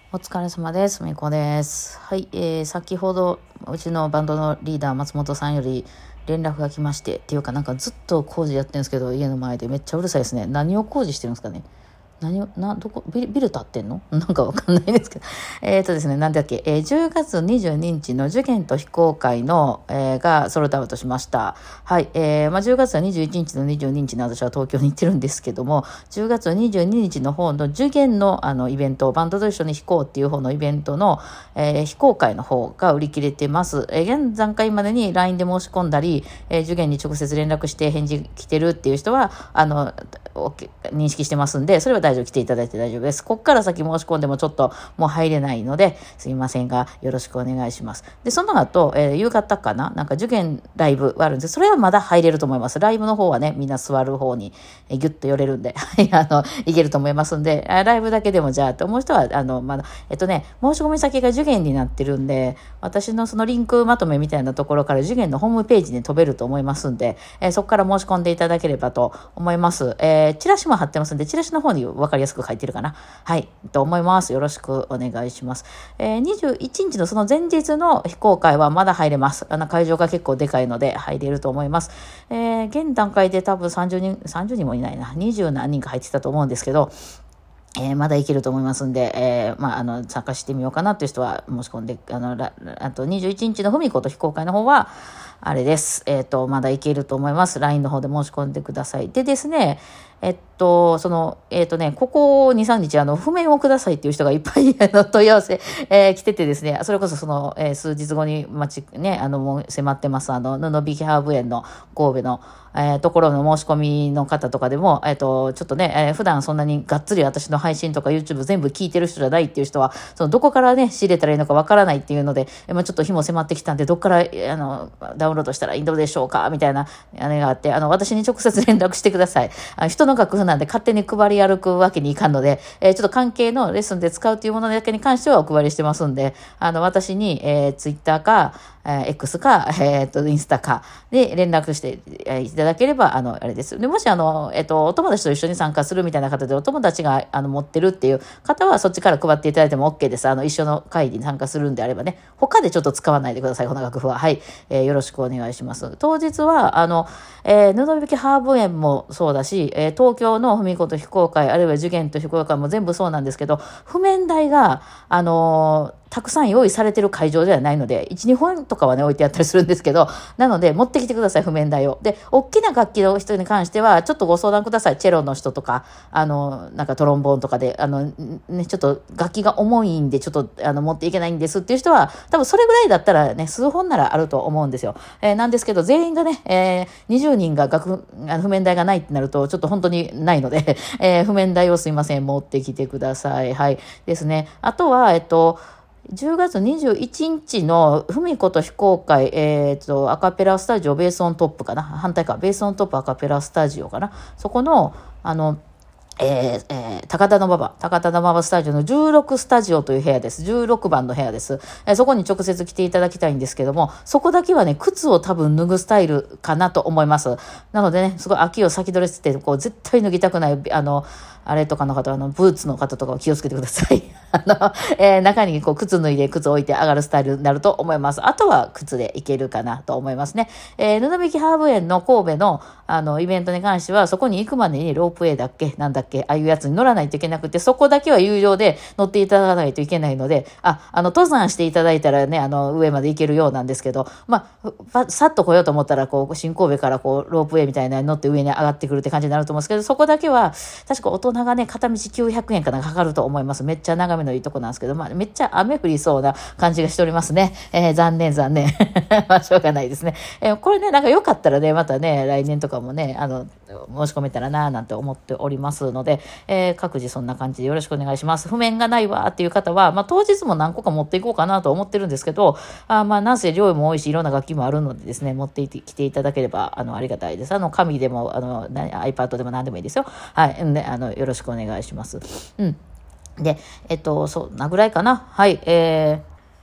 お疲れ様です。みこです。はい、先ほどうちのバンドのリーダー松本さんより連絡が来まして、っていうかなんかずっと工事やってるんですけど、家の前でめっちゃうるさいですね。何を工事してるんですかね。どこ、ビル建ってんのなんかわかんないですけど。ですね、なんだっけ、10月22日の受験と非公開の、がソロダウトしました。はい、10月は21日の22日の私は東京に行ってるんですけども、10月は22日の方の受験のイベント、バンドと一緒に弾こうっていう方のイベントの、非公開の方が売り切れてます。現段階までに LINE で申し込んだり、受験に直接連絡して返事来てるっていう人は、認識してますんで、それは大丈夫、来ていただいて大丈夫です。こっから先申し込んでもちょっともう入れないので、すいませんが、よろしくお願いします。で、その後、夕方かななんか受験ライブがあるんです。それはまだ入れると思います。ライブの方はね、みんな座る方に、ギュッと寄れるんで、いけると思いますんで、ライブだけでもじゃあと思う人は、まだ、申し込み先が受験になってるんで、私のそのリンクまとめみたいなところから受験のホームページに飛べると思いますんで、そこから申し込んでいただければと思います。チラシも貼ってますんで、チラシの方に分かりやすく書いてるかな。はい、と思います。よろしくお願いします。21日のその前日の非公開はまだ入れます。会場が結構でかいので入れると思います。現段階で多分30人もいないな。20何人か入ってたと思うんですけど、まだいけると思いますんで、参加してみようかなという人は申し込んで、あと21日のふみこと非公開の方は、あれです。まだいけると思います。LINE の方で申し込んでください。でですね、ここ2、3日、譜面をくださいっていう人がいっぱい、問い合わせ、来ててですね、それこそ数日後にもう迫ってます、布引ハーブ園の神戸の、ところの申し込みの方とかでも、ちょっとね、普段そんなにがっつり私の配信とか YouTube 全部聞いてる人じゃないっていう人は、どこからね、仕入れたらいいのかわからないっていうので、ちょっと日も迫ってきたんで、どっから、ダウンロードしたらいいのでしょうかみたいな、があって、私に直接連絡してください。人の楽譜なんで勝手に配り歩くわけにいかんので、ちょっと関係のレッスンで使うというものだけに関してはお配りしてますんで、私に、Twitter か、X か、インスタかで連絡して、いただければ、あれです。で、もし、お友達と一緒に参加するみたいな方で、お友達が、持ってるっていう方は、そっちから配っていただいても OK です。一緒の会議に参加するんであればね、他でちょっと使わないでください、この楽譜は。はい。よろしくお願いします。当日は、布引ハーブ園もそうだし、東京の文子と非公開、あるいは受験と非公開も全部そうなんですけど、譜面台が、たくさん用意されてる会場ではないので、1、2本とかはね、置いてあったりするんですけど、なので、持ってきてください、譜面台を。で、大きな楽器の人に関しては、ちょっとご相談ください。チェロの人とか、なんかトロンボーンとかで、ちょっと楽器が重いんで、ちょっと、持っていけないんですっていう人は、多分それぐらいだったらね、数本ならあると思うんですよ。なんですけど、全員がね、20人が譜面台がないってなると、ちょっと本当にないので、譜面台をすいません、持ってきてください。はい。ですね。あとは、10月21日のふみこと非公開、アカペラスタジオベースオントップかな反対か、ベースオントップアカペラスタジオかなそこの、高田馬場スタジオの16スタジオという部屋です。16番の部屋です。そこに直接来ていただきたいんですけども、そこだけはね、靴を多分脱ぐスタイルかなと思います。なのでね、すごい秋を先取りして、絶対脱ぎたくない、あれとかの方、ブーツの方とかは気をつけてください。中に靴脱いで靴置いて上がるスタイルになると思います。あとは靴でいけるかなと思いますね。布引ハーブ園の神戸の、イベントに関しては、そこに行くまでにロープウェイだっけなんだっけああいうやつに乗らないといけなくて、そこだけは有料で乗っていただかないといけないので、登山していただいたらね、上まで行けるようなんですけど、さっと来ようと思ったら、新神戸からロープウェイみたいなのに乗って上に上がってくるって感じになると思うんですけど、そこだけは、確か大人がね、片道900円かなんかかかると思います。めっちゃ眺めのいいとこなんですけど、めっちゃ雨降りそうな感じがしておりますね。残念。しょうがないですね。これね、なんかよかったらね、またね、来年とかもね、申し込めたらな、なんて思っておりますので、各自そんな感じでよろしくお願いします。譜面がないわっていう方は、当日も何個か持っていこうかなと思ってるんですけど、なんせ量も多いし、いろんな楽器もあるのでですね、持ってきていただければ、ありがたいです。紙でも、iPad でも何でもいいですよ。はい。で、よろしくお願いします。うん。で、そんなぐらいかな。はい。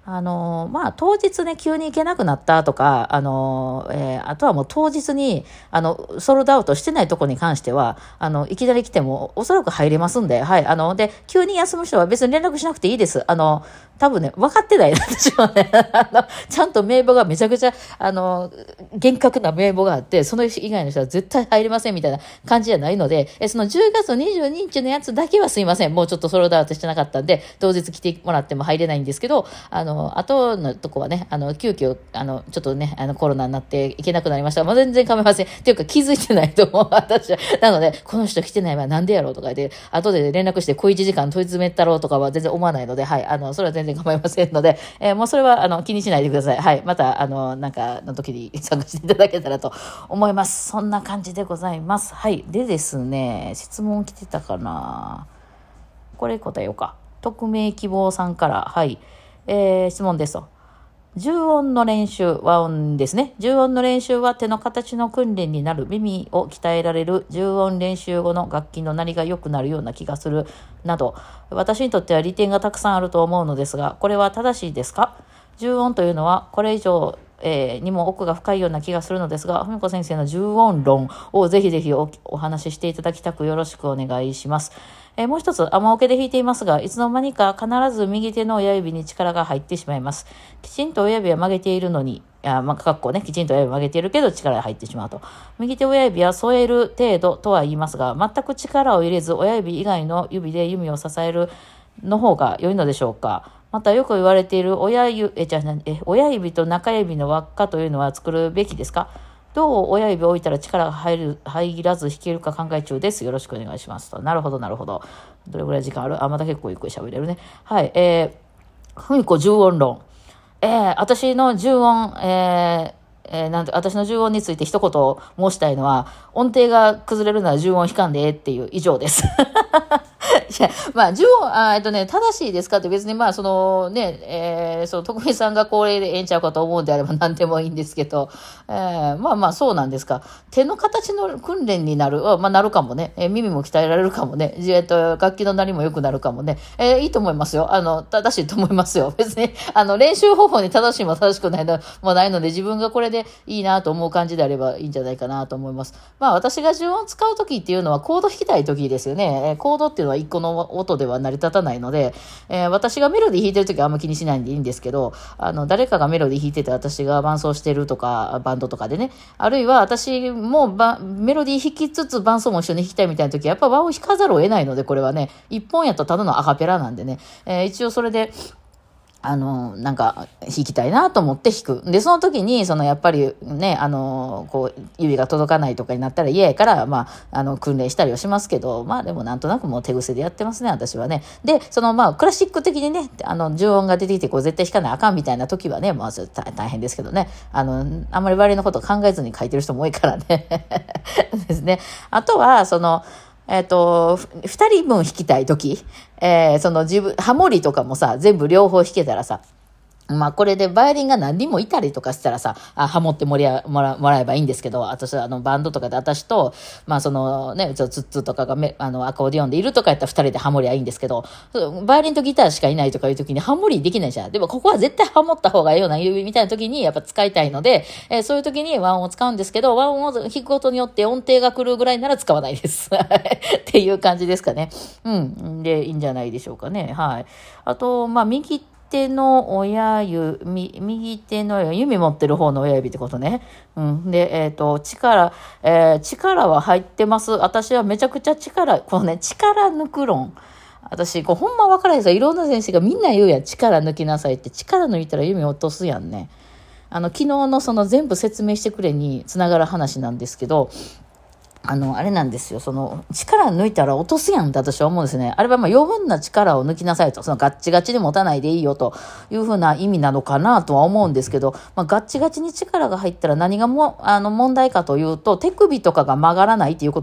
当日ね、急に行けなくなったとか、あとはもう当日に、ソールドアウトしてないとこに関しては、いきなり来てもおそらく入れますんで、はい。で、急に休む人は別に連絡しなくていいです。多分ね、分かってないな、私はね。ちゃんと名簿がめちゃくちゃ、厳格な名簿があって、その以外の人は絶対入れませんみたいな感じじゃないので、その10月22日のやつだけはすいません。もうちょっとソールドアウトしてなかったんで、当日来てもらっても入れないんですけど、あとのとこはね、急遽、ちょっとね、コロナになって行けなくなりました。まあ、全然構いません。っていうか気づいてないと思う、私は。なので、この人来てないわ、なんでやろうとか言って、後で連絡して小1時間問い詰めたろうとかは全然思わないので、はい、それは全然構いませんので、もうそれは、気にしないでください。はい、また、なんかの時に参加していただけたらと思います。そんな感じでございます。はい。でですね、質問来てたかな。これ答えようか。匿名希望さんから、はい。質問ですと。重音の練習、和音ですね。重音の練習は手の形の訓練になる、耳を鍛えられる、重音練習後の楽器の鳴りが良くなるような気がするなど、私にとっては利点がたくさんあると思うのですが、これは正しいですか？重音というのはこれ以上にも奥が深いような気がするのですが、文子先生の重音論をぜひぜひお話ししていただきたくよろしくお願いします。もう一つ、雨桶で弾いていますが、いつの間にか必ず右手の親指に力が入ってしまいます。きちんと親指は曲げているのに、きちんと親指曲げているけど力が入ってしまうと。右手親指は添える程度とは言いますが、全く力を入れず親指以外の指で弓を支えるの方が良いのでしょうか。またよく言われている親指と中指の輪っかというのは作るべきですか？どう親指を置いたら力が入らず弾けるか考え中です。よろしくお願いしますと。なるほど、なるほど。どれぐらい時間ある？また結構ゆっくり喋れるね。はい。ふみこ重音論。私の重音、私の重音について一言申したいのは、音程が崩れるなら重音弾かんでっていう以上です。いや、重音、正しいですかって別にその徳光さんがこれでええんちゃうかと思うんであれば何でもいいんですけど、そうなんですか。手の形の訓練になる、なるかもね。耳も鍛えられるかもね。楽器の鳴りも良くなるかもね。いいと思いますよ。正しいと思いますよ。別に、練習方法に正しいも正しくないのもないので、自分がこれでいいなと思う感じであればいいんじゃないかなと思います。私が重音使うときっていうのはコード弾きたいときですよね。コードっていうのは一個の音では成り立たないので、私がメロディー弾いてるときはあんま気にしないんでいいんですけど、誰かがメロディー弾いてて私が伴奏してるとか、バンドとかでね、あるいは私もメロディー弾きつつ伴奏も一緒に弾きたいみたいなときはやっぱ和を弾かざるを得ないので、これはね、一本やとただのアカペラなんでね、一応それで、弾きたいなと思って弾く。で、その時に、やっぱりね、指が届かないとかになったら嫌やから、訓練したりはしますけど、でもなんとなくもう手癖でやってますね、私はね。で、クラシック的にね、重音が出てきて、絶対弾かないあかんみたいな時はね、それ大変ですけどね。あんまり割のこと考えずに書いてる人も多いからね。ですね。あとは、二人分弾きたいとき、ハモリとかもさ、全部両方弾けたらさ、これでバイオリンが何人もいたりとかしたらさ、ハモってもらえばいいんですけど、私はバンドとかで私と、ツッツとかがアコーディオンでいるとかやったら二人でハモりゃいいんですけど、バイオリンとギターしかいないとかいう時にハモリできないじゃん。でもここは絶対ハモった方がいいような指みたいな時にやっぱ使いたいので、そういう時に和音を使うんですけど、和音を弾くことによって音程が来るぐらいなら使わないです。っていう感じですかね。で、いいんじゃないでしょうかね。はい。あと、右手の右手の指持ってる方の親指ってことね。で、力は入ってます。私はめちゃくちゃ力抜く論。私、ほんま分からへんさ、いろんな先生がみんな言うやん、力抜きなさいって。力抜いたら指落とすやんね。昨日の全部説明してくれにつながる話なんですけど、あれなんですよ。力抜いたら落とすやんって私は思うんですね。あれは余分な力を抜きなさいと。ガッチガチで持たないでいいよというふうな意味なのかなとは思うんですけど、ガッチガチに力が入ったら何が問題かというと、手首とかが曲がらないということ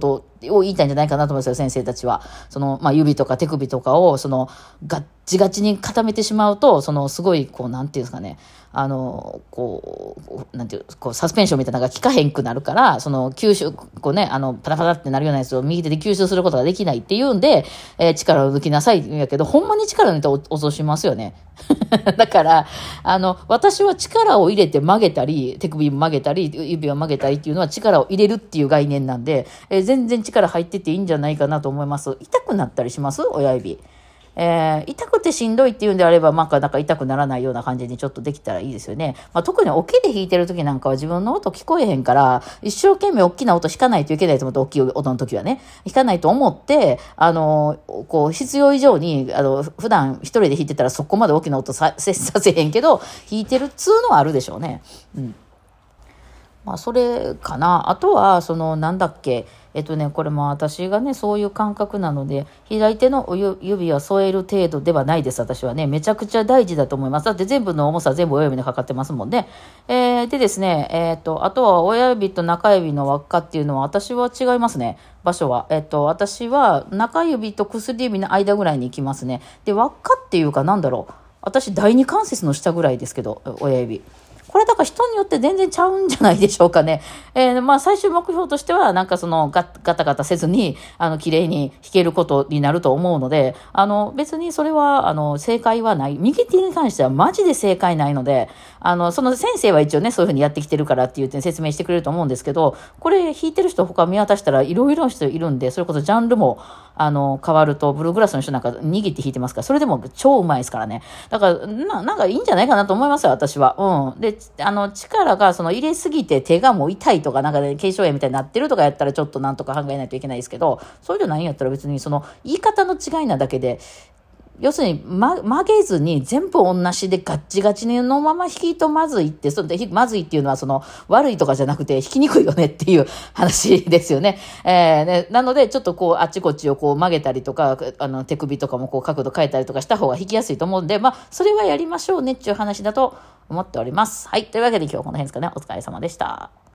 を言いたいんじゃないかなと思うんですよ、先生たちは。指とか手首とかを、ガッチガチに固めてしまうと、すごい、なんていうんですかね、なんていう、サスペンションみたいなのが効かへんくなるから、吸収、パタパタってなるようなやつを右手で吸収することができないっていうんで、力を抜きなさいって言うんやけど、ほんまに力を抜いたら落としますよね。だから、私は力を入れて曲げたり、手首曲げたり、指を曲げたりっていうのは力を入れるっていう概念なんで、全然力入ってていいんじゃないかなと思います。痛くなったりします親指。痛くてしんどいっていうんであれば、なんか痛くならないような感じにちょっとできたらいいですよね。特にオケで弾いてる時なんかは自分の音聞こえへんから、一生懸命大きな音弾かないといけないと思って、大きい音の時はね、弾かないと思って、必要以上に、普段一人で弾いてたらそこまで大きな音させへんけど、弾いてるっつうのはあるでしょうね。うん。それかな。あとは、なんだっけ。これも私がね、そういう感覚なので、左手の指は添える程度ではないです、私はね。めちゃくちゃ大事だと思います。だって全部の重さ全部親指にかかってますもんね。でですね、あとは親指と中指の輪っかっていうのは私は違いますね。場所は。私は中指と薬指の間ぐらいに行きますね。で、輪っかっていうかなんだろう。私第二関節の下ぐらいですけど、親指。これだから人によって全然ちゃうんじゃないでしょうかね。最終目標としては、なんかガタガタせずに、綺麗に弾けることになると思うので、別にそれは、正解はない。右手に関してはマジで正解ないので、その先生は一応ね、そういうふうにやってきてるからって言って説明してくれると思うんですけど、これ弾いてる人他見渡したらいろいろな人いるんで、それこそジャンルも、変わると、ブルーグラスの人なんか握って弾いてますから、それでも超うまいですからね。だから、なんかいいんじゃないかなと思いますよ、私は。うん。で、力が入れすぎて手がもう痛いとか、なんかね、腱鞘炎みたいになってるとかやったらちょっとなんとか考えないといけないですけど、そういうのないんやったら別に言い方の違いなだけで、要するに、曲げずに全部同じでガッチガチのまま弾きとまずいって、まずいっていうのは悪いとかじゃなくて弾きにくいよねっていう話ですよね。なので、ちょっとあっちこっちを曲げたりとか、手首とかも角度変えたりとかした方が弾きやすいと思うんで、それはやりましょうねっていう話だと思っております。はい。というわけで今日はこの辺ですかね。お疲れ様でした。